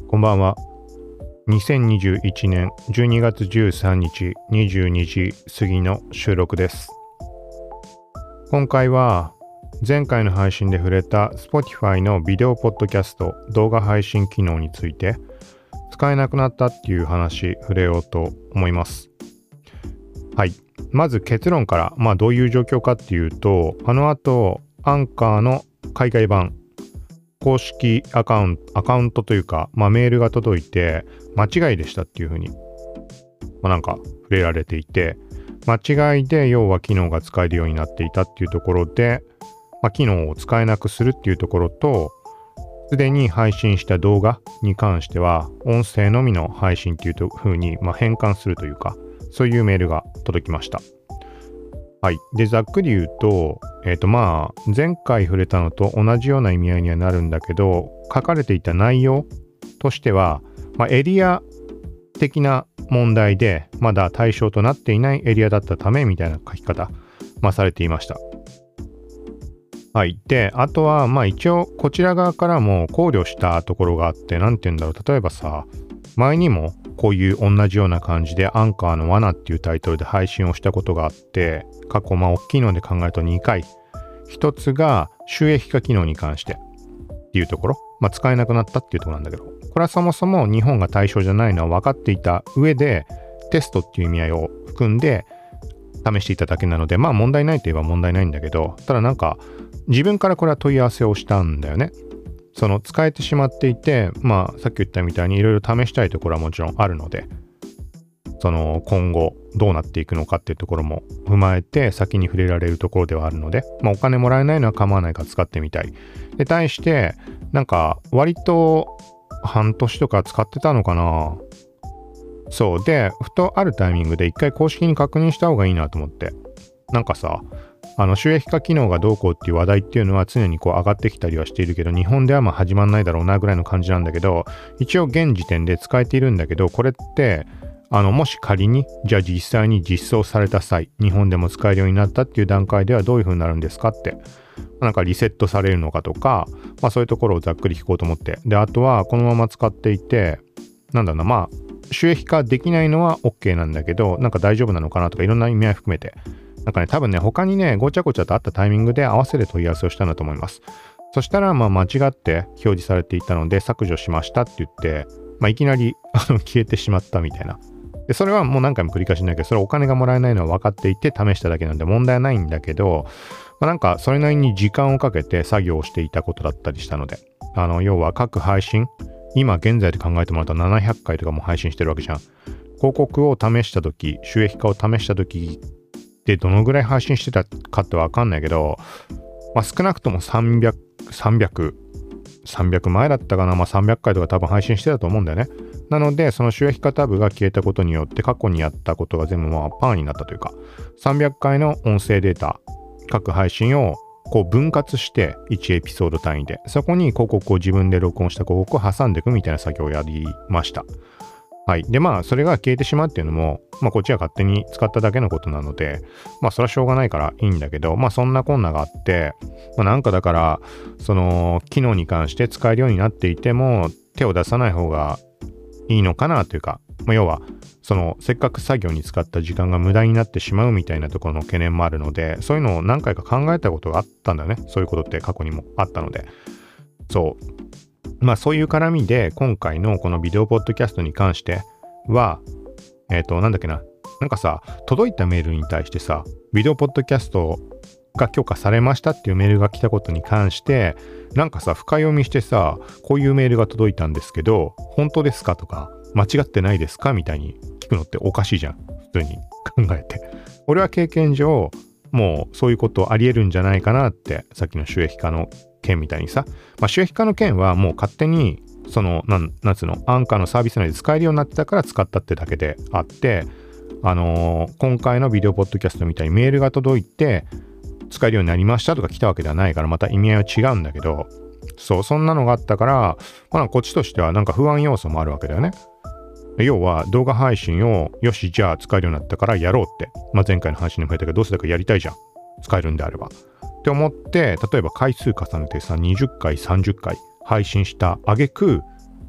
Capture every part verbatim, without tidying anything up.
こんばんは。にせんにじゅういちねんじゅうにがつじゅうさんにちにじゅうにじ過ぎの収録です。今回は前回の配信で触れた Spotify のビデオポッドキャスト動画配信機能について使えなくなったっていう話触れようと思います。はい。まず結論から、まあどういう状況かっていうと、あの後アンカーの海外版公式アカウント、アカウントというか、まあ、メールが届いて、間違いでしたっていうふうに、まあ、なんか触れられていて、間違いで要は機能が使えるようになっていたっていうところで、まあ、機能を使えなくするっていうところと、すでに配信した動画に関しては、音声のみの配信っていうふうに、まあ、変換するというか、そういうメールが届きました。はい。で、ざっくり言うと、えっとまあ、前回触れたのと同じような意味合いにはなるんだけど、書かれていた内容としては、まあ、エリア的な問題で、まだ対象となっていないエリアだったため、みたいな書き方、まあ、されていました。はい。で、あとは、まあ一応、こちら側からも考慮したところがあって、なんて言うんだろう。例えばさ、前にもこういう同じような感じでアンカーの罠っていうタイトルで配信をしたことがあって、過去まあ大きいので考えるとにかい。一つが収益化機能に関してっていうところ、まあ使えなくなったっていうところなんだけど、これはそもそも日本が対象じゃないのは分かっていた上でテストっていう意味合いを含んで試していただけなので、まあ問題ないといえば問題ないんだけど、ただなんか自分からこれは問い合わせをしたんだよね。その使えてしまっていて、まあさっき言ったみたいにいろいろ試したいところはもちろんあるので、その今後どうなっていくのかっていうところも踏まえて先に触れられるところではあるので、まあお金もらえないのは構わないから使ってみたい。で、対してなんか割と半年とか使ってたのかな。そうで、ふとあるタイミングで一回公式に確認した方がいいなと思って。なんかさ、あの収益化機能がどうこうっていう話題っていうのは常にこう上がってきたりはしているけど、日本ではまあ始まんないだろうなぐらいの感じなんだけど、一応現時点で使えているんだけど、これってあのもし仮にじゃあ実際に実装された際、日本でも使えるようになったっていう段階ではどういう風になるんですかって、なんかリセットされるのかとか、まあそういうところをざっくり聞こうと思って、であとはこのまま使っていて、なんだろうな、まあ収益化できないのは OK なんだけど、なんか大丈夫なのかなとかいろんな意味合い含めて。なんかね、多分ね、他にね、ごちゃごちゃとあったタイミングで合わせて問い合わせをしたんだと思います。そしたら、まあ、間違って表示されていたので、削除しましたって言って、まあ、いきなりあの消えてしまったみたいな。で、それはもう何回も繰り返しないけど、それお金がもらえないのは分かっていて試しただけなんで問題はないんだけど、まあ、なんかそれなりに時間をかけて作業をしていたことだったりしたので、あの、要は各配信、今現在で考えてもらうとななひゃっかいとかも配信してるわけじゃん。広告を試したとき、収益化を試したとき、でどのぐらい配信してたかってわかんないけど、まあ、少なくともさんびゃく、さんびゃく、さんびゃくまえだったかな、まあ、さんびゃっかいとか多分配信してたと思うんだよね。なので、その収益化タブが消えたことによって、過去にやったことが全部まあパーになったというか、さんびゃっかいの音声データ、各配信をこう分割していちエピソード単位で、そこに広告を自分で録音した広告を挟んでいくみたいな作業をやりました。はい。で、まあ、それが消えてしまうっていうのも、まあ、こっちが勝手に使っただけのことなので、まあ、それはしょうがないからいいんだけど、まあ、そんなこんながあって、まあ、なんかだから、その、機能に関して使えるようになっていても、手を出さない方がいいのかなというか、まあ、要は、その、せっかく作業に使った時間が無駄になってしまうみたいなところの懸念もあるので、そういうのを何回か考えたことがあったんだよね。そういうことって過去にもあったので。そう。まあそういう絡みで今回のこのビデオポッドキャストに関しては、えっと、なんだっけな。なんかさ、届いたメールに対してさ、ビデオポッドキャストが許可されましたっていうメールが来たことに関して、なんかさ、深読みしてさ、こういうメールが届いたんですけど、本当ですかとか、間違ってないですかみたいに聞くのっておかしいじゃん。普通に考えて。俺は経験上、もうそういうことありえるんじゃないかなって、さっきの収益化の件みたいにさ、まあ、収益化の件はもう勝手にそのなんなんつうのアンカーのサービス内で使えるようになってたから使ったってだけであって、あのー、今回のビデオポッドキャストみたいにメールが届いて使えるようになりましたとか来たわけではないから、また意味合いは違うんだけど、そうそんなのがあったから、まあ、こっちとしてはなんか不安要素もあるわけだよね。要は動画配信をよしじゃあ使えるようになったからやろうって、まあ、前回の話にも言ったけど、どうせだかやりたいじゃん、使えるんであればって思って、例えば回数重ねてさ、にじゅっかいさんじゅっかい配信した挙句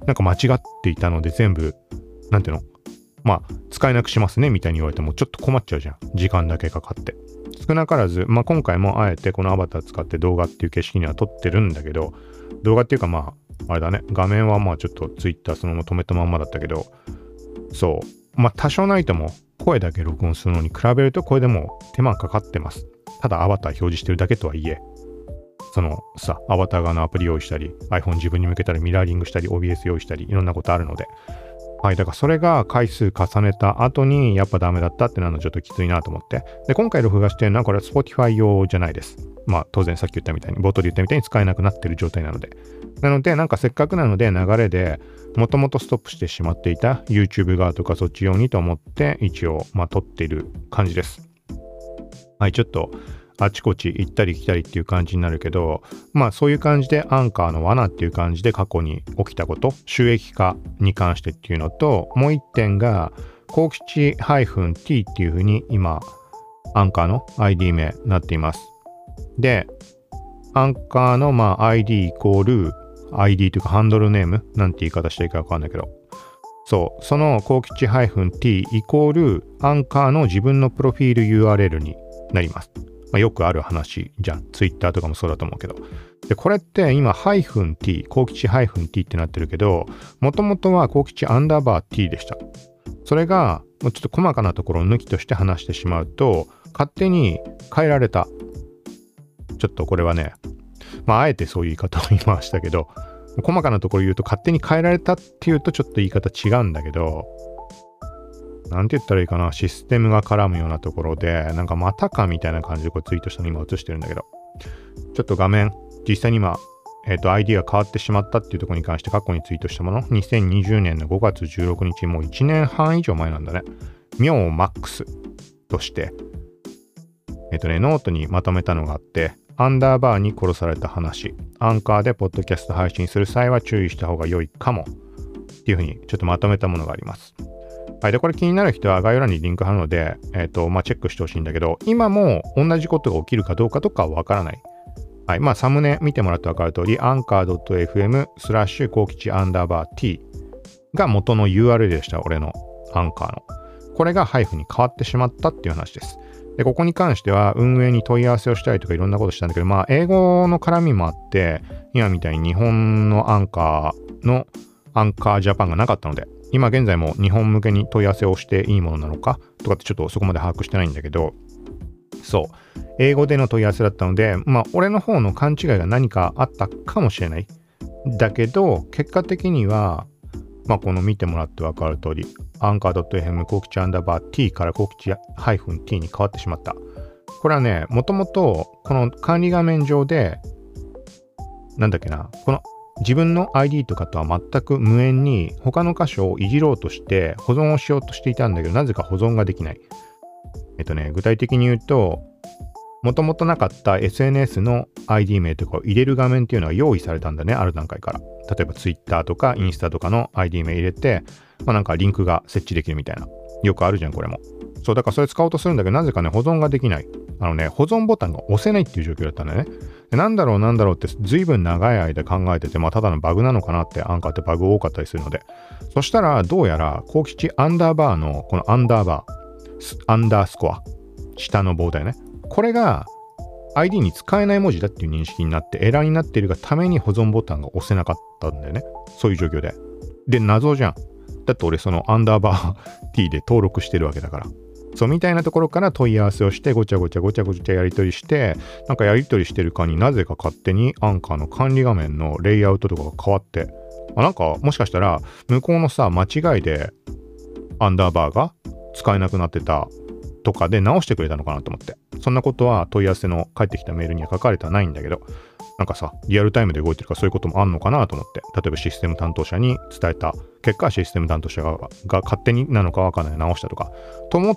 なんか間違っていたので全部、なんていうのまあ、使えなくしますねみたいに言われてもちょっと困っちゃうじゃん。時間だけかかって。少なからず、まあ今回もあえてこのアバター使って動画っていう景色には撮ってるんだけど、動画っていうかまあ、あれだね、画面はまあちょっとツイッターそのまま止めたまんまだったけど、そう。まあ多少ないとも声だけ録音するのに比べるとこれでも手間かかってます。ただアバター表示してるだけとはいえ、そのさ、アバター側のアプリ用意したり、iPhone 自分に向けたりミラーリングしたり、オービーエス 用意したり、いろんなことあるので、はい、だからそれが回数重ねた後にやっぱダメだったってなるのちょっときついなと思って。で、今回録画してるのはこれは Spotify 用じゃないです。まあ当然さっき言ったみたいに、冒頭で言ったみたいに使えなくなってる状態なので。なので、なんかせっかくなので流れでもともとストップしてしまっていた YouTube 側とかそっち用にと思って一応まあ撮っている感じです。はい、ちょっとあちこち行ったり来たりっていう感じになるけど、まあそういう感じでアンカーの罠っていう感じで過去に起きたこと、収益化に関してっていうのと、もう一点が、幸吉 -t っていうふうに今、アンカーの アイディー 名になっています。で、アンカーのまあ アイディー イコール、アイディー というかハンドルネームなんて言い方したらいいかわかんないけど、そう、その幸吉 -t イコール、アンカーの自分のプロフィール ユーアールエル になります。まあ、よくある話じゃん。ツイッターとかもそうだと思うけど。で、これって今、ハイフン -t、幸吉 -t ってなってるけど、もともとは幸吉アンダーバー t でした。それが、もうちょっと細かなところを抜きとして話してしまうと、勝手に変えられた。ちょっとこれはね、まあ、あえてそういう言い方を言いましたけど、細かなところ言うと勝手に変えられたっていうとちょっと言い方違うんだけど、なんて言ったらいいかな、システムが絡むようなところで、なんかまたかみたいな感じでこうツイートしたの今映してるんだけど、ちょっと画面、実際に今、えっと、アイディー が変わってしまったっていうところに関して過去にツイートしたもの、にせんにじゅうねんのごがつじゅうろくにち、もういちねんはん以上前なんだね。ミョウマックスとして、えっとね、ノートにまとめたのがあって、アンダーバーに殺された話、アンカーでポッドキャスト配信する際は注意した方が良いかもっていうふうにちょっとまとめたものがあります。はい。で、これ気になる人は概要欄にリンク貼るので、えっと、まあ、チェックしてほしいんだけど、今も同じことが起きるかどうかとかはわからない。はい。まあ、サムネ見てもらってわかる通り、アンカー .fm スラッシュ幸吉アンダーバー t が元の ユーアールエル でした。俺のアンカーの。これがハイフに変わってしまったっていう話です。で、ここに関しては運営に問い合わせをしたりとかいろんなことしたんだけど、まあ、英語の絡みもあって、今みたいに日本のアンカーのアンカージャパンがなかったので、今現在も日本向けに問い合わせをしていいものなのかとかってちょっとそこまで把握してないんだけど、そう。英語での問い合わせだったので、まあ俺の方の勘違いが何かあったかもしれない。だけど、結果的には、まあこの見てもらってわかる通り、アンカー .fm 幸吉アンダーバー t から幸吉 -t に変わってしまった。これはね、もともとこの管理画面上で、なんだっけな、この自分の アイディー とかとは全く無縁に他の箇所をいじろうとして保存をしようとしていたんだけど、なぜか保存ができない。えっとね、具体的に言うと、もともとなかった エスエヌエス の アイディー 名とかを入れる画面っていうのが用意されたんだね、ある段階から。例えば Twitter とかインスタとかの アイディー 名入れて、まあなんかリンクが設置できるみたいな。よくあるじゃん、これも。そう、だからそれ使おうとするんだけど、なぜかね、保存ができない。あのね、保存ボタンが押せないっていう状況だったんだよね。でなんだろうなんだろうって随分長い間考えてて、まあただのバグなのかなって、アンカーってバグ多かったりするので。そしたら、どうやら、幸吉アンダーバーの、このアンダーバー、アンダースコア、下の棒だよね。これが、アイディー に使えない文字だっていう認識になって、エラーになっているがために保存ボタンが押せなかったんだよね。そういう状況で。で、謎じゃん。だって俺そのアンダーバー t で登録してるわけだから。そうみたいなところから問い合わせをしてごちゃごちゃごちゃごちゃやり取りして、なんかやり取りしてる間になぜか勝手にアンカーの管理画面のレイアウトとかが変わって、あなんかもしかしたら向こうのさ間違いでアンダーバーが使えなくなってたとかで直してくれたのかなと思って。そんなことは問い合わせの返ってきたメールには書かれてはないんだけど、なんかさ、リアルタイムで動いてるからそういうこともあんのかなと思って、例えばシステム担当者に伝えた結果、システム担当者がが勝手になのかわかんない直したとか、と思って、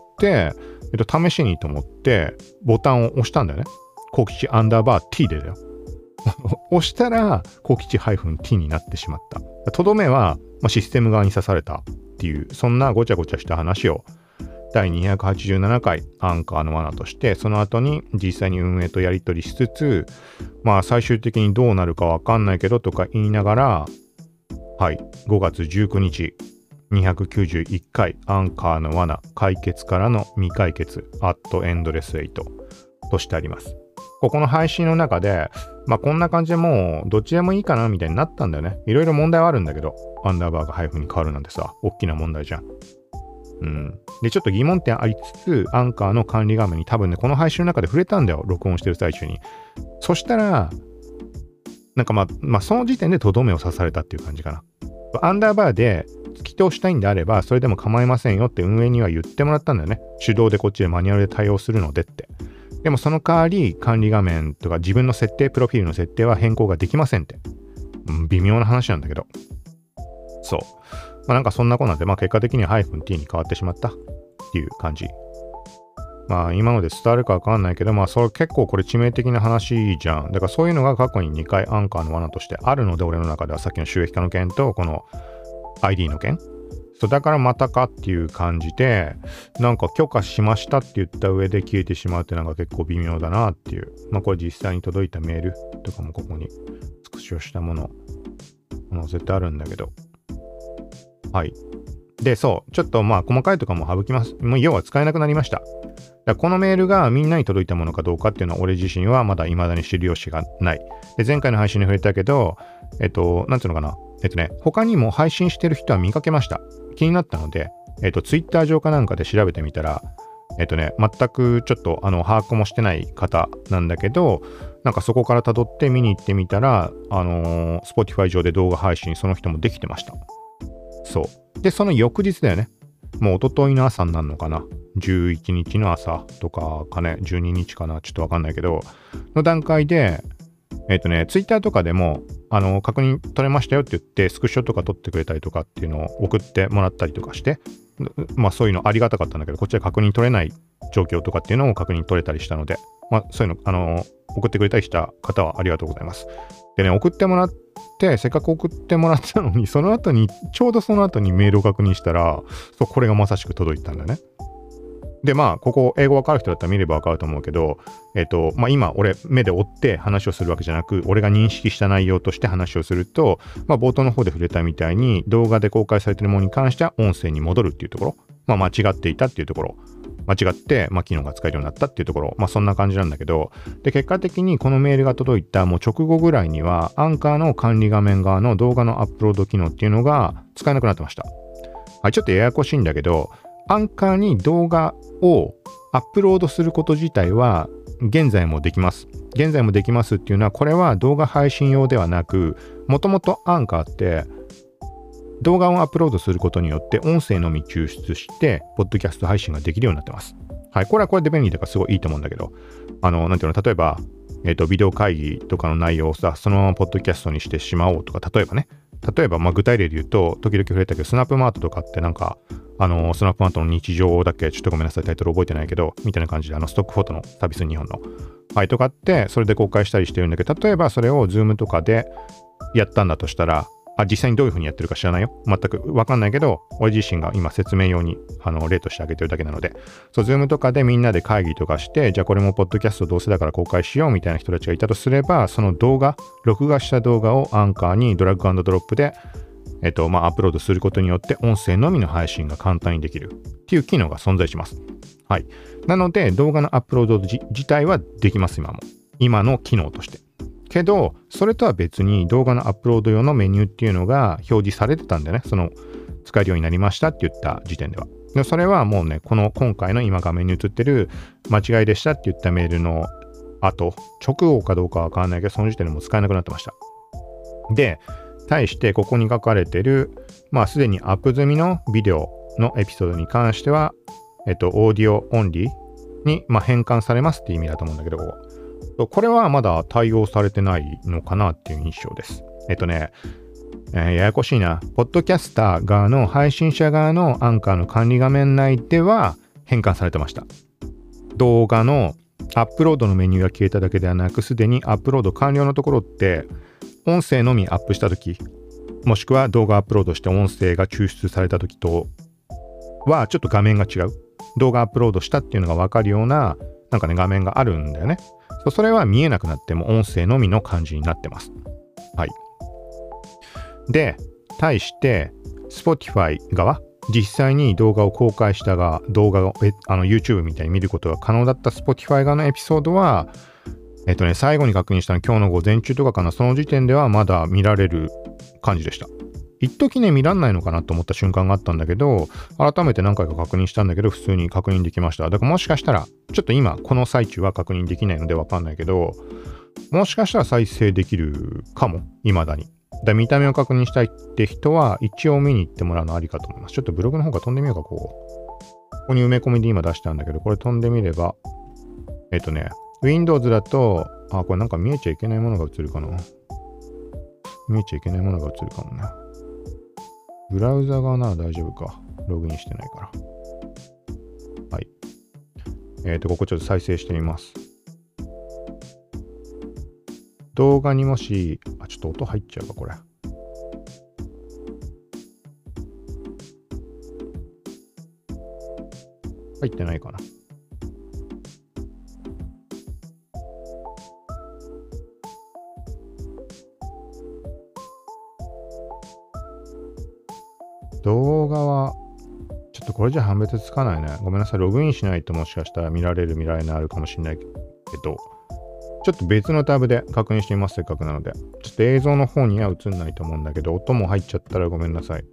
えっと、試しにと思って、ボタンを押したんだよね。幸吉アンダーバー t でだよ。押したら、幸吉 -t になってしまった。とどめは、まあ、システム側に刺されたっていう、そんなごちゃごちゃした話を、だいにひゃくはちじゅうななかいアンカーの罠として、その後に実際に運営とやり取りしつつ、まあ最終的にどうなるかわかんないけどとか言いながら、 はい、ごがつじゅうくにち、にひゃくきゅうじゅういっかいアンカーの罠解決からの未解決 at endless eight としてあります。ここの配信の中で、まあこんな感じでもうどっちでもいいかなみたいになったんだよね。いろいろ問題はあるんだけど、アンダーバーがハイフンに変わるなんてさ、大きな問題じゃん。うん。で、ちょっと疑問点ありつつ、アンカーの管理画面に多分ね、この配信の中で触れたんだよ。録音してる最中に。そしたら、なんかまあ、まあその時点でとどめを刺されたっていう感じかな。アンダーバーで突き通したいんであれば、それでも構いませんよって運営には言ってもらったんだよね。手動でこっちでマニュアルで対応するのでって。でもその代わり管理画面とか自分の設定、プロフィールの設定は変更ができませんって。うん、微妙な話なんだけど。そう。まあなんかそんなこんなんで、まあ結果的には -t に変わってしまったっていう感じ。まあ今ので伝わるかわかんないけど、まあそれ結構これ致命的な話じゃん。だからそういうのが過去ににかいアンカーの罠としてあるので、俺の中ではさっきの収益化の件とこの アイディー の件。そうだからまたかっていう感じで、なんか許可しましたって言った上で消えてしまうってなんか結構微妙だなっていう。まあこれ実際に届いたメールとかもここにスクショしたもの載せてあるんだけど。はい。で、そう。ちょっとまあ細かいとかも省きます。もう要は使えなくなりました。だからこのメールがみんなに届いたものかどうかっていうのは俺自身はまだ未だに知る由がない。で、前回の配信に触れたけど、えっと、なんていうのかな。えっとね、他にも配信してる人は見かけました。気になったので、えっと、ツイッター上かなんかで調べてみたら、えっとね、全くちょっとあの把握もしてない方なんだけど、なんかそこから辿って見に行ってみたら、あのー、Spotify 上で動画配信その人もできてました。そう。で、その翌日だよね。もう一昨日の朝になるのかな。じゅういちにちの朝とかかね、じゅうににちかな、ちょっとわかんないけど、の段階で、えっとね、ツイッターとかでも、あの、確認取れましたよって言って、スクショとか撮ってくれたりとかっていうのを送ってもらったりとかして、まあそういうのありがたかったんだけど、こっちで確認取れない状況とかっていうのを確認取れたりしたので、まあそういうの、あの、送ってくれたりした方はありがとうございます。でね、送ってもらって、せっかく送ってもらったのに、その後に、ちょうどその後にメールを確認したら、そう、これがまさしく届いたんだね。で、まあ、ここ、英語わかる人だったら見ればわかると思うけど、えっと、まあ今、俺、目で追って話をするわけじゃなく、俺が認識した内容として話をすると、まあ冒頭の方で触れたみたいに、動画で公開されているものに関しては音声に戻るっていうところ、まあ間違っていたっていうところ、間違って、まあ、機能が使えるようになったっていうところ、まあそんな感じなんだけど、で、結果的にこのメールが届いたもう直後ぐらいには、アンカーの管理画面側の動画のアップロード機能っていうのが使えなくなってました。はい、ちょっとややこしいんだけど、アンカーに動画をアップロードすること自体は現在もできます。現在もできますっていうのは、これは動画配信用ではなく、もともとアンカーって動画をアップロードすることによって音声のみ抽出して、ポッドキャスト配信ができるようになってます。はい。これはこれで便利だからすごいいいと思うんだけど、あの、なんていうの、例えば、えっと、ビデオ会議とかの内容をさ、そのままポッドキャストにしてしまおうとか、例えばね、例えば、まあ、具体例で言うと、時々触れたけど、スナップマートとかってなんか、あの、スナップマートの日常だっけ、ちょっとごめんなさい、タイトル覚えてないけど、みたいな感じで、あの、ストックフォトのサービス日本の。はい、とかって、それで公開したりしてるんだけど、例えばそれを Zoom とかでやったんだとしたら、あ、実際にどういう風にやってるか知らないよ。全くわかんないけど、俺自身が今説明用に、あの、例としてあげてるだけなので、そう、Zoom とかでみんなで会議とかして、じゃあこれもポッドキャストどうせだから公開しようみたいな人たちがいたとすれば、その動画、録画した動画をアンカーにドラッグ&ドロップで、えっと、まあ、アップロードすることによって、音声のみの配信が簡単にできるっていう機能が存在します。はい。なので、動画のアップロード自体はできます、今も。今の機能として。けど、それとは別に動画のアップロード用のメニューっていうのが表示されてたんだよね。その、使えるようになりましたって言った時点では。でそれはもうね、この今回の今画面に映ってる間違いでしたって言ったメールの後、直後かどうかわからないけど、その時点でもう使えなくなってました。で、対してここに書かれてる、まあすでにアップ済みのビデオのエピソードに関しては、えっと、オーディオオンリーに、まあ、変換されますっていう意味だと思うんだけど、ここ。これはまだ対応されてないのかなっていう印象です。えっとね、えー、ややこしいな。ポッドキャスター側の配信者側のアンカーの管理画面内では変換されてました。動画のアップロードのメニューが消えただけではなく、すでにアップロード完了のところって、音声のみアップしたとき、もしくは動画アップロードして音声が抽出されたときとはちょっと画面が違う。動画アップロードしたっていうのがわかるような、なんかね、画面があるんだよね。それは見えなくなっても音声のみの感じになってます。はい。で、 対して、Spotify 側、実際に動画を公開したが、動画をえあの YouTube みたいに見ることが可能だった Spotify 側のエピソードは、えっとね、最後に確認したの今日の午前中とかかな、その時点ではまだ見られる感じでした。一時ね、見らんないのかなと思った瞬間があったんだけど、改めて何回か確認したんだけど、普通に確認できました。だからもしかしたら、ちょっと今、この最中は確認できないのでわかんないけど、もしかしたら再生できるかも、未だに。だ見た目を確認したいって人は、一応見に行ってもらうのありかと思います。ちょっとブログの方が飛んでみようか、こう。ここに埋め込みで今出したんだけど、これ飛んでみれば、えっとね、Windows だと、あ、これなんか見えちゃいけないものが映るかな。見えちゃいけないものが映るかもね。ブラウザ側なら大丈夫か。ログインしてないから。はい。えっと、ここちょっと再生してみます。動画にもし、あ、ちょっと音入っちゃうか、これ。入ってないかな。動画は、ちょっとこれじゃ判別つかないね。ごめんなさい。ログインしないともしかしたら見られる見られないあるかもしれないけど、ちょっと別のタブで確認してみます。せっかくなので。ちょっと映像の方には映んないと思うんだけど、音も入っちゃったらごめんなさい。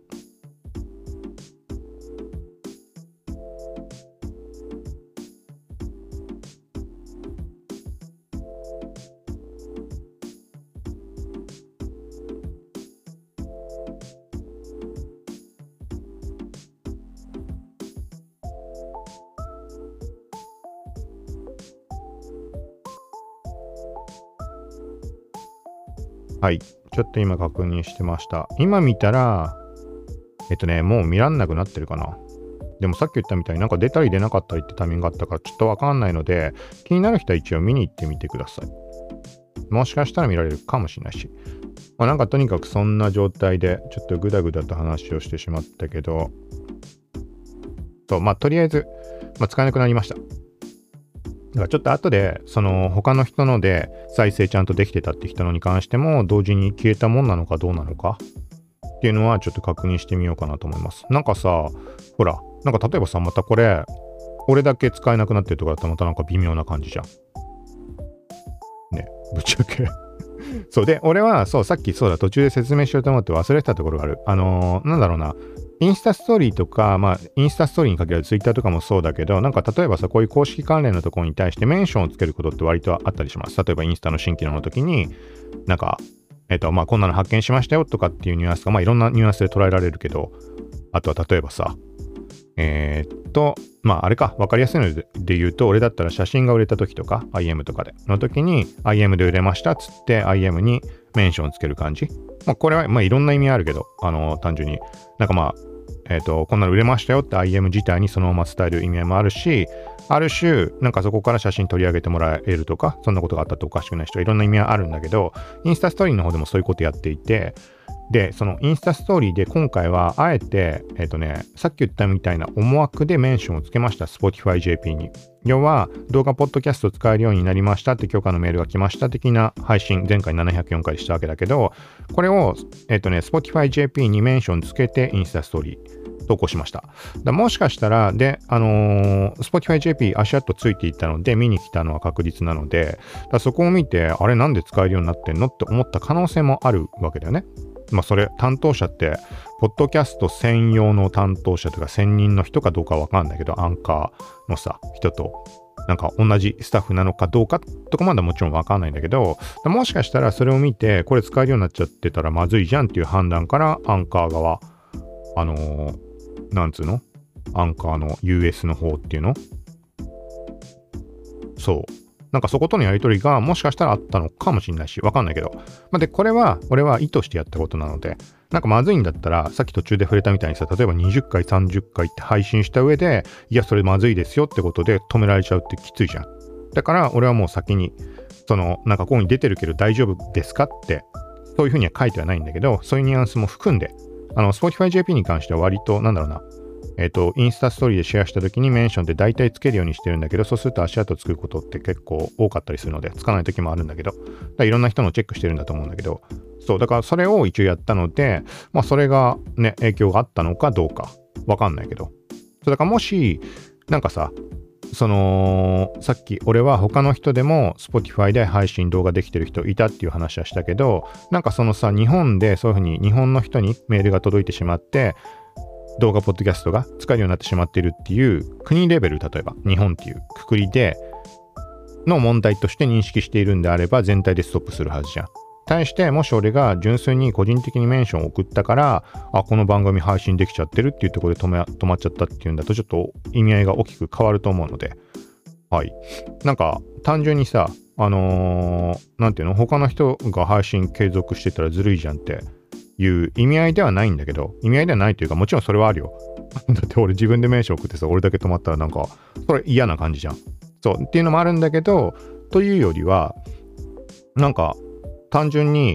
はい。ちょっと今確認してました。今見たら、えっとね、もう見らんなくなってるかな。でもさっき言ったみたいになんか出たり出なかったりってタイミングがあったからちょっとわかんないので、気になる人は一応見に行ってみてください。もしかしたら見られるかもしれないし。まあ、なんかとにかくそんな状態でちょっとグダグダと話をしてしまったけど、そう、まあとりあえず、まあ、使えなくなりました。だからちょっと後で、その他の人ので再生ちゃんとできてたって人のに関しても同時に消えたもんなのかどうなのかっていうのはちょっと確認してみようかなと思います。なんかさ、ほら、なんか例えばさ、またこれ、俺だけ使えなくなってるとかだとまたなんか微妙な感じじゃん。ね、ぶっちゃけ。そうで、俺はそう、さっきそうだ、途中で説明しようと思って忘れてたところがある。あのー、なんだろうな。インスタストーリーとか、まあ、インスタストーリーにかけるツイッターとかもそうだけど、なんか例えばさ、こういう公式関連のところに対してメンションをつけることって割とあったりします。例えばインスタの新機能の時に、なんか、えっと、まあ、こんなの発見しましたよとかっていうニュアンスが、まあ、いろんなニュアンスで捉えられるけど、あとは例えばさ、えー、っと、まあ、あれか、わかりやすいので言うと、俺だったら写真が売れた時とか、アイエム とかで、の時に、アイエム で売れましたっつって、アイエム にメンションをつける感じ。まあ、これは、まあ、いろんな意味あるけど、あの、単純に、なんかまあ、えっと、こんなの売れましたよって アイエム 自体にそのまま伝える意味合いもあるし、ある種、なんかそこから写真取り上げてもらえるとか、そんなことがあったっておかしくない人、いろんな意味はあるんだけど、インスタストーリーの方でもそういうことやっていて、で、そのインスタストーリーで今回はあえて、えっとね、さっき言ったみたいな思惑でメンションをつけました、Spotify ジェーピー に。要は、動画ポッドキャストを使えるようになりましたって許可のメールが来ました的な配信、前回ななひゃくよんかいでしたわけだけど、これを、えっとね、Spotify ジェーピー にメンションつけてインスタストーリー投稿しました。だもしかしたら、で、あのー、Spotify ジェーピー 足跡ついていたので、見に来たのは確実なので、だそこを見て、あれなんで使えるようになってんのって思った可能性もあるわけだよね。まあそれ、担当者って、ポッドキャスト専用の担当者とか専任の人かどうかわかんないけど、アンカーのさ、人と、なんか同じスタッフなのかどうかとかまだもちろんわかんないんだけど、もしかしたらそれを見て、これ使えるようになっちゃってたらまずいじゃんっていう判断から、アンカー側、あのー、なんつうのアンカーの ユーエス の方っていうのそう。なんかそことのやりとりがもしかしたらあったのかもしれないし、わかんないけど。まあ、で、これは俺は意図してやったことなので、なんかまずいんだったら、さっき途中で触れたみたいにさ、例えばにじゅっかい、さんじゅっかいって配信した上で、いや、それまずいですよってことで止められちゃうってきついじゃん。だから俺はもう先に、その、なんかここに出てるけど大丈夫ですかって、そういうふうには書いてはないんだけど、そういうニュアンスも含んで、あの、Spotify ジェーピー に関しては割と、なんだろうな、えっと、インスタストーリーでシェアした時にメンションって大体つけるようにしてるんだけど、そうすると足跡つくことって結構多かったりするので、つかない時もあるんだけど、だいろんな人のチェックしてるんだと思うんだけど、 そう、だからそれを一応やったので、まあそれがね、影響があったのかどうかわかんないけど。そうだからもし、なんかさ、その、さっき俺は他の人でも Spotify で配信動画できてる人いたっていう話はしたけど、なんかそのさ、日本でそういうふうに日本の人にメールが届いてしまって、動画ポッドキャストが使えるようになってしまっているっていう国レベル、例えば日本っていうくくりでの問題として認識しているんであれば全体でストップするはずじゃん。対してもし俺が純粋に個人的にメンションを送ったから、あ、この番組配信できちゃってるっていうところで止め止まっちゃったっていうんだとちょっと意味合いが大きく変わると思うので、はい。なんか単純にさ、あのー、なんていうの、他の人が配信継続してたらずるいじゃんっていう意味合いではないんだけど、意味合いではないというか、もちろんそれはあるよ。だって俺自分でメンション送ってさ、俺だけ止まったらなんかそれ嫌な感じじゃん。そうっていうのもあるんだけど、というよりはなんか単純に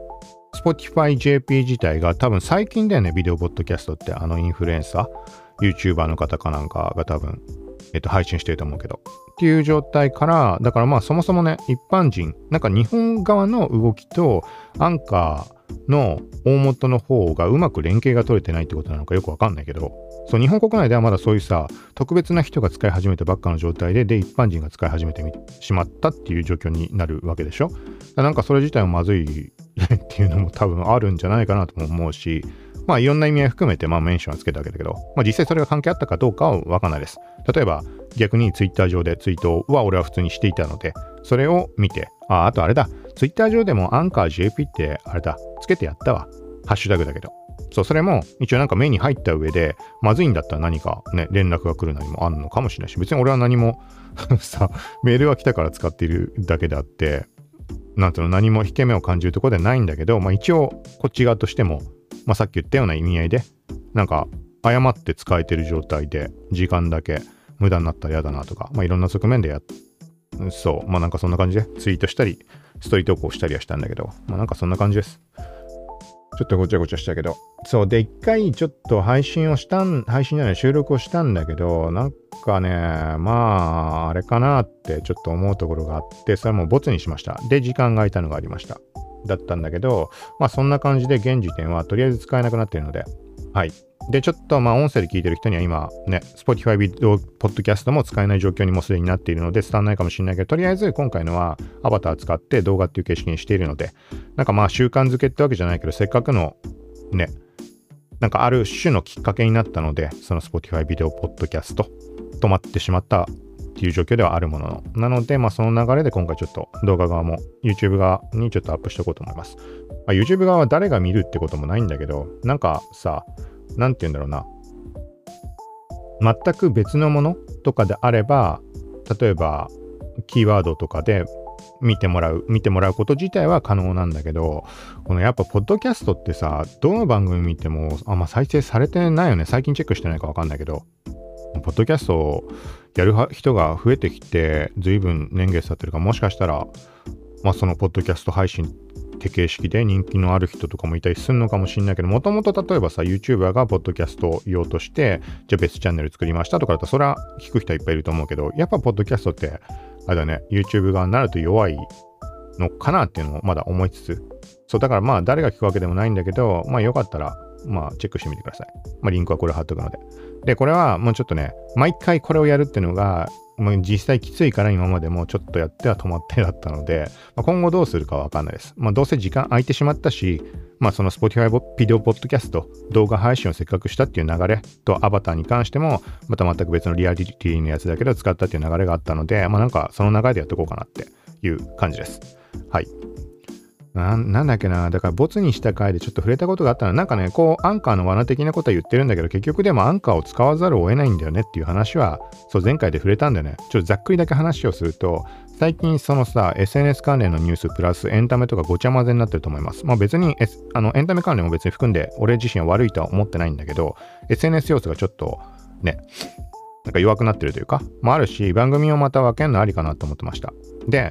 Spotify ジェーピー 自体が多分最近だよね、ビデオポッドキャストって。あのインフルエンサー YouTuber の方かなんかが多分、えっと、配信してると思うけどっていう状態から、だからまあそもそもね、一般人なんか日本側の動きとアンカーの大元の方がうまく連携が取れてないってことなのかよくわかんないけど、そう、日本国内ではまだそういうさ、特別な人が使い始めたばっかの状態で、で、一般人が使い始めてしまったっていう状況になるわけでしょ。なんかそれ自体もまずいっていうのも多分あるんじゃないかなとも思うし、まあいろんな意味合い含めて、まあメンションはつけたわけだけど、まあ実際それが関係あったかどうかはわかんないです。例えば逆にツイッター上でツイートは俺は普通にしていたので、それを見て、あ、あとあれだ、ツイッター上でもアンカー ジェーピー ってあれだ、つけてやったわ。ハッシュタグだけど。そう、それも一応なんか目に入った上で、まずいんだったら何かね、連絡が来るなりもあるのかもしれないし、別に俺は何もさ、メールが来たから使っているだけであって、なんていうの、何も引け目を感じるところではないんだけど、まあ一応こっち側としても、まあさっき言ったような意味合いで、なんか誤って使えてる状態で、時間だけ無駄になったら嫌だなとか、まあいろんな側面でやっ、そう、まあなんかそんな感じでツイートしたり、ストーリー投稿したりはしたんだけど、まあなんかそんな感じです。ちょっとごちゃごちゃしたけど。そう。で、一回ちょっと配信をしたん、配信じゃない、収録をしたんだけど、なんかね、まあ、あれかなってちょっと思うところがあって、それはもうボツにしました。で、時間が空いたのがありました。だったんだけど、まあそんな感じで現時点はとりあえず使えなくなっているので、はい。で、ちょっとまあ音声で聞いてる人には今ね、Spotify ビデオポッドキャストも使えない状況にもすでになっているので伝わらないかもしれないけど、とりあえず今回のはアバター使って動画っていう形式にしているので、なんかまあ習慣づけってわけじゃないけど、せっかくのね、なんかある種のきっかけになったので、その Spotify ビデオポッドキャスト止まってしまったっていう状況ではあるものの、なのでまあその流れで今回ちょっと動画側も YouTube 側にちょっとアップしておこうと思います。まあ、YouTube 側は誰が見るってこともないんだけど、なんかさ、なんて言うんだろうな。全く別のものとかであれば、例えばキーワードとかで見てもらう、見てもらうこと自体は可能なんだけど、このやっぱポッドキャストってさ、どの番組見てもあんま再生されてないよね。最近チェックしてないかわかんないけど、ポッドキャストをやる人が増えてきて、随分年月経ってるから、もしかしたら、まあそのポッドキャスト配信って形式で人気のある人とかもいたりするのかもしれないけど、もともと例えばさ、YouTuber がポッドキャスト用として、じゃあ別チャンネル作りましたとかだと、それは聞く人はいっぱいいると思うけど、やっぱポッドキャストって、あれだね、YouTube 側になると弱いのかなっていうのをまだ思いつつ、そう、だからまあ誰が聞くわけでもないんだけど、まあよかったら、まあチェックしてみてください。まあリンクはこれ貼っとくので。で、これはもうちょっとね、毎回これをやるっていうのが、もう実際きついから今までもちょっとやっては止まってだったので、まあ、今後どうするかはわかんないです。まあどうせ時間空いてしまったし、まあその Spotify ビデオポッドキャスト動画配信をせっかくしたっていう流れとアバターに関してもまた全く別のリアリティのやつだけど使ったっていう流れがあったので、まあなんかその流れでやっていこうかなっていう感じです。はい。な, なんだっけな、だからボツにした回でちょっと触れたことがあったのは、なんかね、こうアンカーの罠的なことは言ってるんだけど、結局でもアンカーを使わざるを得ないんだよねっていう話は、そう前回で触れたんだよね。ちょっとざっくりだけ話をすると、最近そのさ、エスエヌエス 関連のニュースプラスエンタメとかごちゃ混ぜになってると思います。まあ別に、S、あのエンタメ関連も別に含んで、俺自身は悪いとは思ってないんだけど、エスエヌエス 要素がちょっとね、なんか弱くなってるというか、まああるし、番組をまた分けるのありかなと思ってました。で、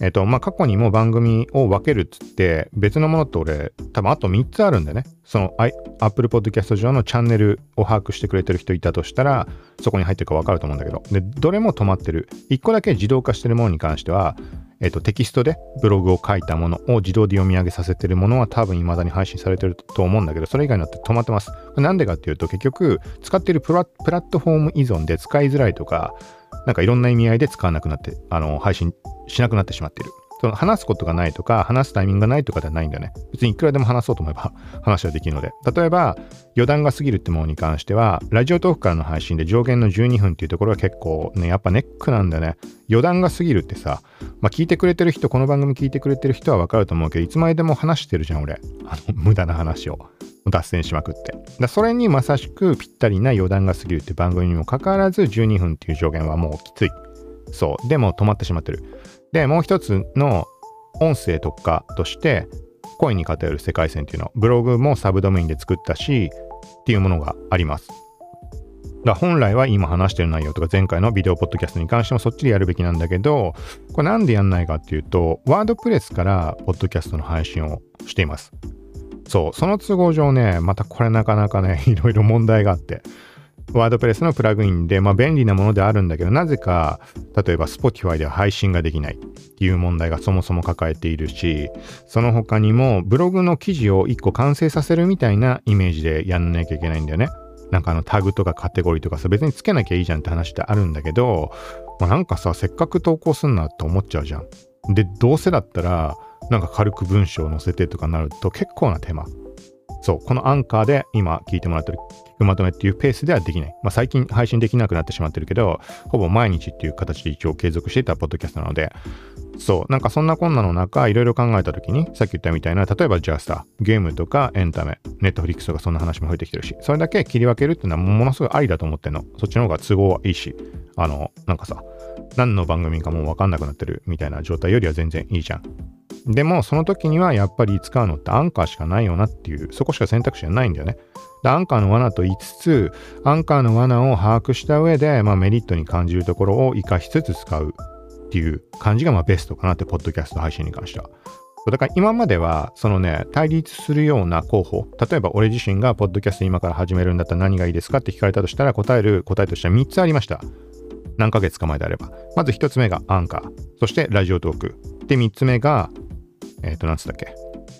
えっと、まあ、過去にも番組を分けるっつって、別のものって俺、多分あとみっつあるんだよね。その、Apple Podcast 上のチャンネルを把握してくれてる人いたとしたら、そこに入ってるか分かると思うんだけど、で、どれも止まってる。いっこだけ自動化してるものに関しては、えっと、テキストでブログを書いたものを自動で読み上げさせてるものは多分未だに配信されてると思うんだけど、それ以外のって止まってます。なんでかっていうと、結局、使っているプラ、プラットフォーム依存で使いづらいとか、なんかいろんな意味合いで使わなくなって、あの、配信しなくなってしまっている。その話すことがないとか、話すタイミングがないとかではないんだよね。別にいくらでも話そうと思えば話はできるので。例えば、余談が過ぎるってものに関しては、ラジオトークからの配信で上限のじゅうにふんっていうところが結構ね、やっぱネックなんだよね。余談が過ぎるってさ、まあ聞いてくれてる人、この番組聞いてくれてる人はわかると思うけど、いつまででも話してるじゃん、俺。あの、無駄な話を。脱線しまくって。だそれにまさしくぴったりな余談が過ぎるって番組にもかかわらず、じゅうにふんっていう上限はもうきつい。そう。でも止まってしまってる。で、もう一つの音声特化として、声に偏る世界線っていうの、ブログもサブドメインで作ったし、っていうものがあります。だ本来は今話してる内容とか前回のビデオポッドキャストに関してもそっちでやるべきなんだけど、これなんでやんないかっていうと、ワードプレスからポッドキャストの配信をしています。そう、その都合上ね、またこれなかなかね、いろいろ問題があって、ワードプレスのプラグインで、まあ便利なものであるんだけど、なぜか、例えば Spotify では配信ができないっていう問題がそもそも抱えているし、その他にもブログの記事をいっこ完成させるみたいなイメージでやんなきゃいけないんだよね。なんかあのタグとかカテゴリーとかさ、別につけなきゃいいじゃんって話ってあるんだけど、まあ、なんかさ、せっかく投稿すんなって思っちゃうじゃん。で、どうせだったら、なんか軽く文章を載せてとかなると結構な手間。そう、このアンカーで今聞いてもらってる聞くまとめっていうペースではできない。まあ最近配信できなくなってしまってるけど、ほぼ毎日っていう形で一応継続していたポッドキャストなので、そう、なんかそんなこんなの中、いろいろ考えたときに、さっき言ったみたいな、例えばじゃあさ、ゲームとかエンタメ、ネットフリックスとかそんな話も増えてきてるし、それだけ切り分けるっていうのはものすごいありだと思ってんの。そっちの方が都合はいいし、あの、なんかさ、何の番組かもうわかんなくなってるみたいな状態よりは全然いいじゃん。でもその時にはやっぱり使うのってアンカーしかないよなっていう、そこしか選択肢がないんだよね。でアンカーの罠と言いつつ、アンカーの罠を把握した上で、まあ、メリットに感じるところを活かしつつ使うっていう感じがまあベストかなって、ポッドキャスト配信に関しては。だから今まではそのね、対立するような候補、例えば俺自身がポッドキャスト今から始めるんだったら何がいいですかって聞かれたとしたら、答える答えとしてはみっつありました。何ヶ月か前であれば。まずひとつめがアンカー、そしてラジオトーク。で、みっつめが、えっと、なんつったっけ。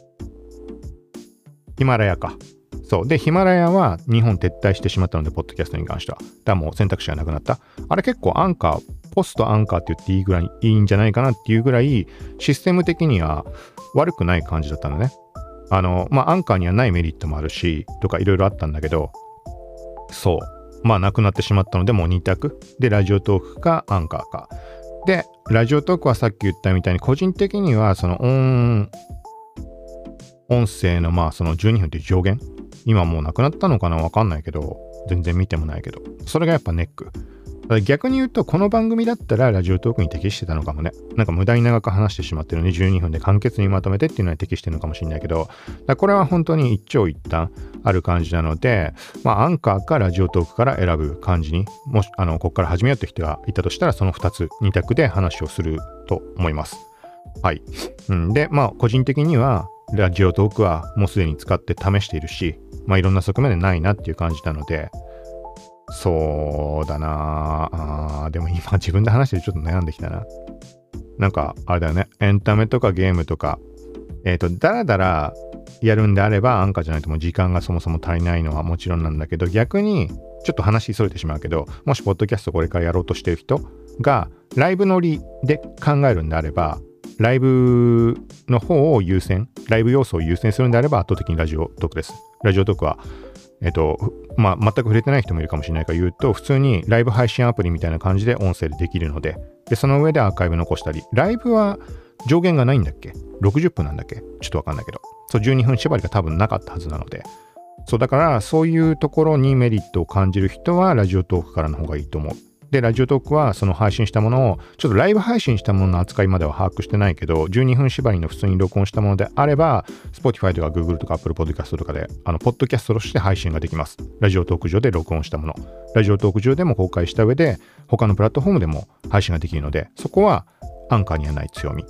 ヒマラヤか。そう。で、ヒマラヤは日本撤退してしまったので、ポッドキャストに関しては。だからもう選択肢がなくなった。あれ結構アンカー、ポストアンカーって言っていいぐらい、いいんじゃないかなっていうぐらい、システム的には悪くない感じだったのね。あの、まあ、アンカーにはないメリットもあるし、とかいろいろあったんだけど、そう。まあ、なくなってしまったので、もうに択。で、ラジオトークかアンカーか。で、ラジオトークはさっき言ったみたいに、個人的には、その音、音声のまあ、そのじゅうにふんっていう上限。今もうなくなったのかなわかんないけど、全然見てもないけど。それがやっぱネック。逆に言うと、この番組だったらラジオトークに適してたのかもね。なんか無駄に長く話してしまってるのにじゅうにふんで簡潔にまとめてっていうのに適してるのかもしれないけど、だこれは本当に一長一短ある感じなので、まあアンカーかラジオトークから選ぶ感じに、もし、あの、ここから始めようって人がいたとしたら、そのふたつ、に択で話をすると思います。はい。うん、で、まあ個人的には、ラジオトークはもうすでに使って試しているし、まあいろんな側面でないなっていう感じなので、そうだなあ。でも今自分で話してちょっと悩んできたな。なんかあれだよね。エンタメとかゲームとか、えっと、だらだらやるんであればアンカーじゃないともう時間がそもそも足りないのはもちろんなんだけど、逆にちょっと話それてしまうけど、もしポッドキャストこれからやろうとしてる人がライブ乗りで考えるんであれば、ライブの方を優先、ライブ要素を優先するんであれば圧倒的にラジオトークです。ラジオトークはえっと、まあ、全く触れてない人もいるかもしれないから言うと、普通にライブ配信アプリみたいな感じで音声でできるので、で、その上でアーカイブ残したり、ライブは上限がないんだっけ ?ろくじゅっぷんなんだっけちょっとわかんないけど。そう、じゅうにふん縛りが多分なかったはずなので。そう、だから、そういうところにメリットを感じる人は、ラジオトークからの方がいいと思う。で、ラジオトークはその配信したものを、ちょっとライブ配信したものの扱いまでは把握してないけど、じゅうにふん縛りの普通に録音したものであれば、Spotify とか Google とか Apple Podcast とかで、あの、ポッドキャストとして配信ができます。ラジオトーク上で録音したもの。ラジオトーク上でも公開した上で、他のプラットフォームでも配信ができるので、そこはアンカーにはない強み。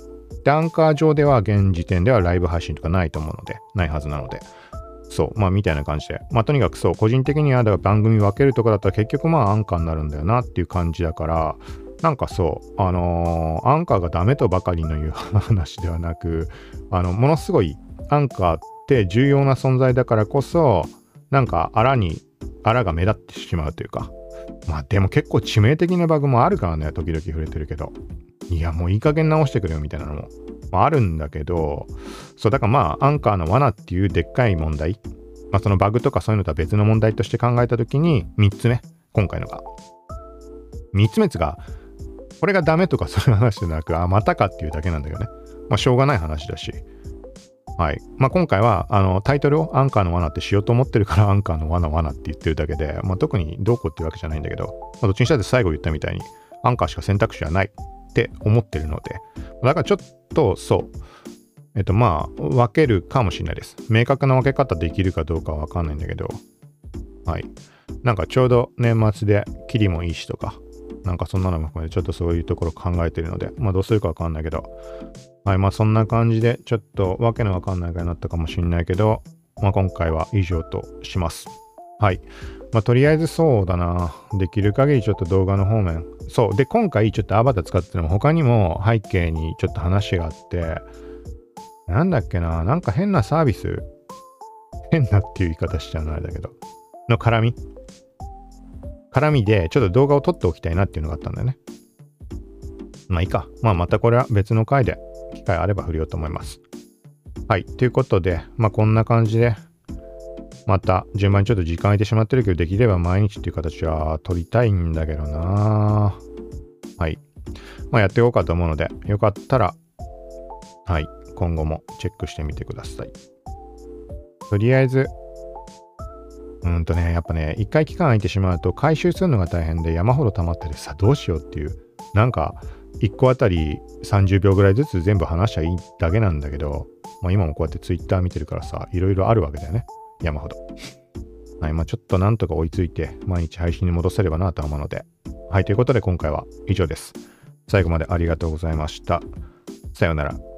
で、アンカー上では現時点ではライブ配信とかないと思うので、ないはずなので。そう、まあみたいな感じで。まあとにかくそう、個人的にはだから番組分けるとかだったら結局まあアンカーになるんだよなっていう感じだから、なんかそう、あのーアンカーがダメとばかりのいう話ではなく、あの、ものすごいアンカーって重要な存在だからこそ、なんかあらに、あらが目立ってしまうというか、まあでも結構致命的なバグもあるからね、時々触れてるけど。いや、もういい加減直してくれよみたいなのも、まあ、あるんだけど、そう、だからまあ、アンカーの罠っていうでっかい問題、まあそのバグとかそういうのとは別の問題として考えたときに、みっつめ、今回のが。みっつめつが、これがダメとかそういう話じゃなく、あ、またかっていうだけなんだけどね。まあしょうがない話だし。はい。まあ今回は、あの、タイトルをアンカーの罠ってしようと思ってるから、アンカーの罠罠って言ってるだけで、まあ特にどうこうっていうわけじゃないんだけど、まあどっちにしたって最後言ったみたいに、アンカーしか選択肢はないって思ってるので、だからちょっと、そう、えっとまあ、分けるかもしれないです。明確な分け方できるかどうかはわかんないんだけど、はい。なんかちょうど年末でキリもいいしとか、なんかそんなのも含めてちょっとそういうところ考えてるので、まあどうするかわかんないけど、はい、まあそんな感じでちょっとわけのわかんない回になったかもしれないけど、まあ今回は以上とします。はい。まあとりあえずそうだな。できる限りちょっと動画の方面。そう。で、今回ちょっとアバター使ってるのも他にも背景にちょっと話があって、なんだっけな。なんか変なサービス。変なっていう言い方しちゃうのあれだけど。の絡み。絡みでちょっと動画を撮っておきたいなっていうのがあったんだよね。まあいいか。まあまたこれは別の回で機会あれば振りようと思います。はい。ということで、まあこんな感じで、また順番にちょっと時間空いてしまってるけど、できれば毎日っていう形は取りたいんだけどな。はい。まあやっていこうかと思うので、よかったら、はい。今後もチェックしてみてください。とりあえず、うーんとね、やっぱね、一回期間空いてしまうと回収するのが大変で山ほど溜まっててさ、どうしようっていう。なんか、いっこあたりさんじゅうびょうぐらいずつ全部話しちゃいいだけなんだけど、まあ今もこうやってツイッター見てるからさ、いろいろあるわけだよね。山ほど。はい、まあちょっとなんとか追いついて毎日配信に戻せればなと思うので。はい、ということで今回は以上です。最後までありがとうございました。さようなら。